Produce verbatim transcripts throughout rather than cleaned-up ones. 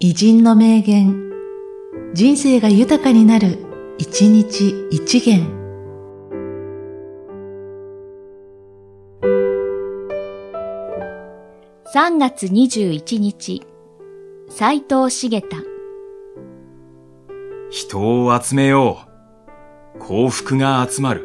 偉人の名言、人生が豊かになる、一日一元。 さんがつにじゅういちにち、斉藤茂太。 人を集めよう。幸福が集まる。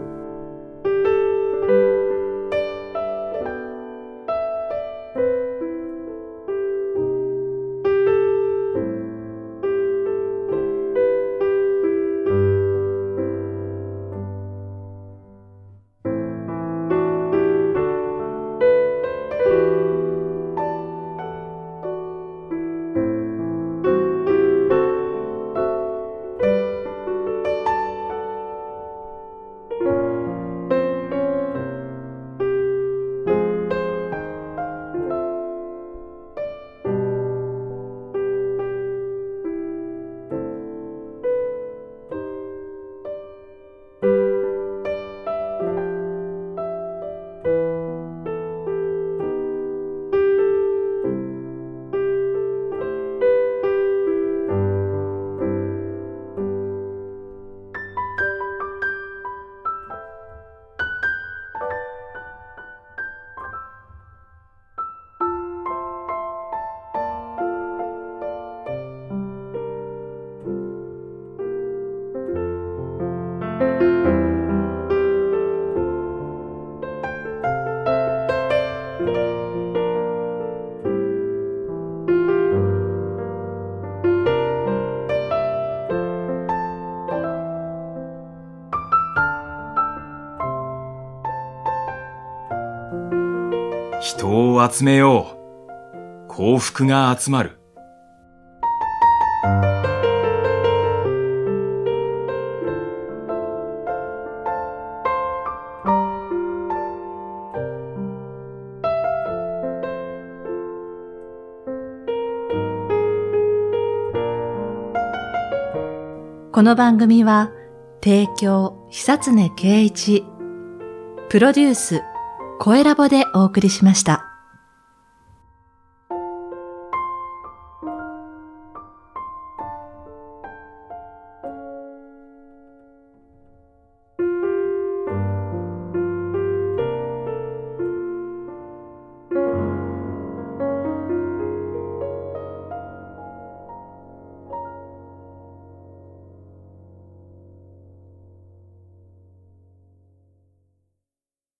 人を集めよう。幸福が集まる。 この番組は、提供、久常圭一、プロデュース、声ラボでお送りしました。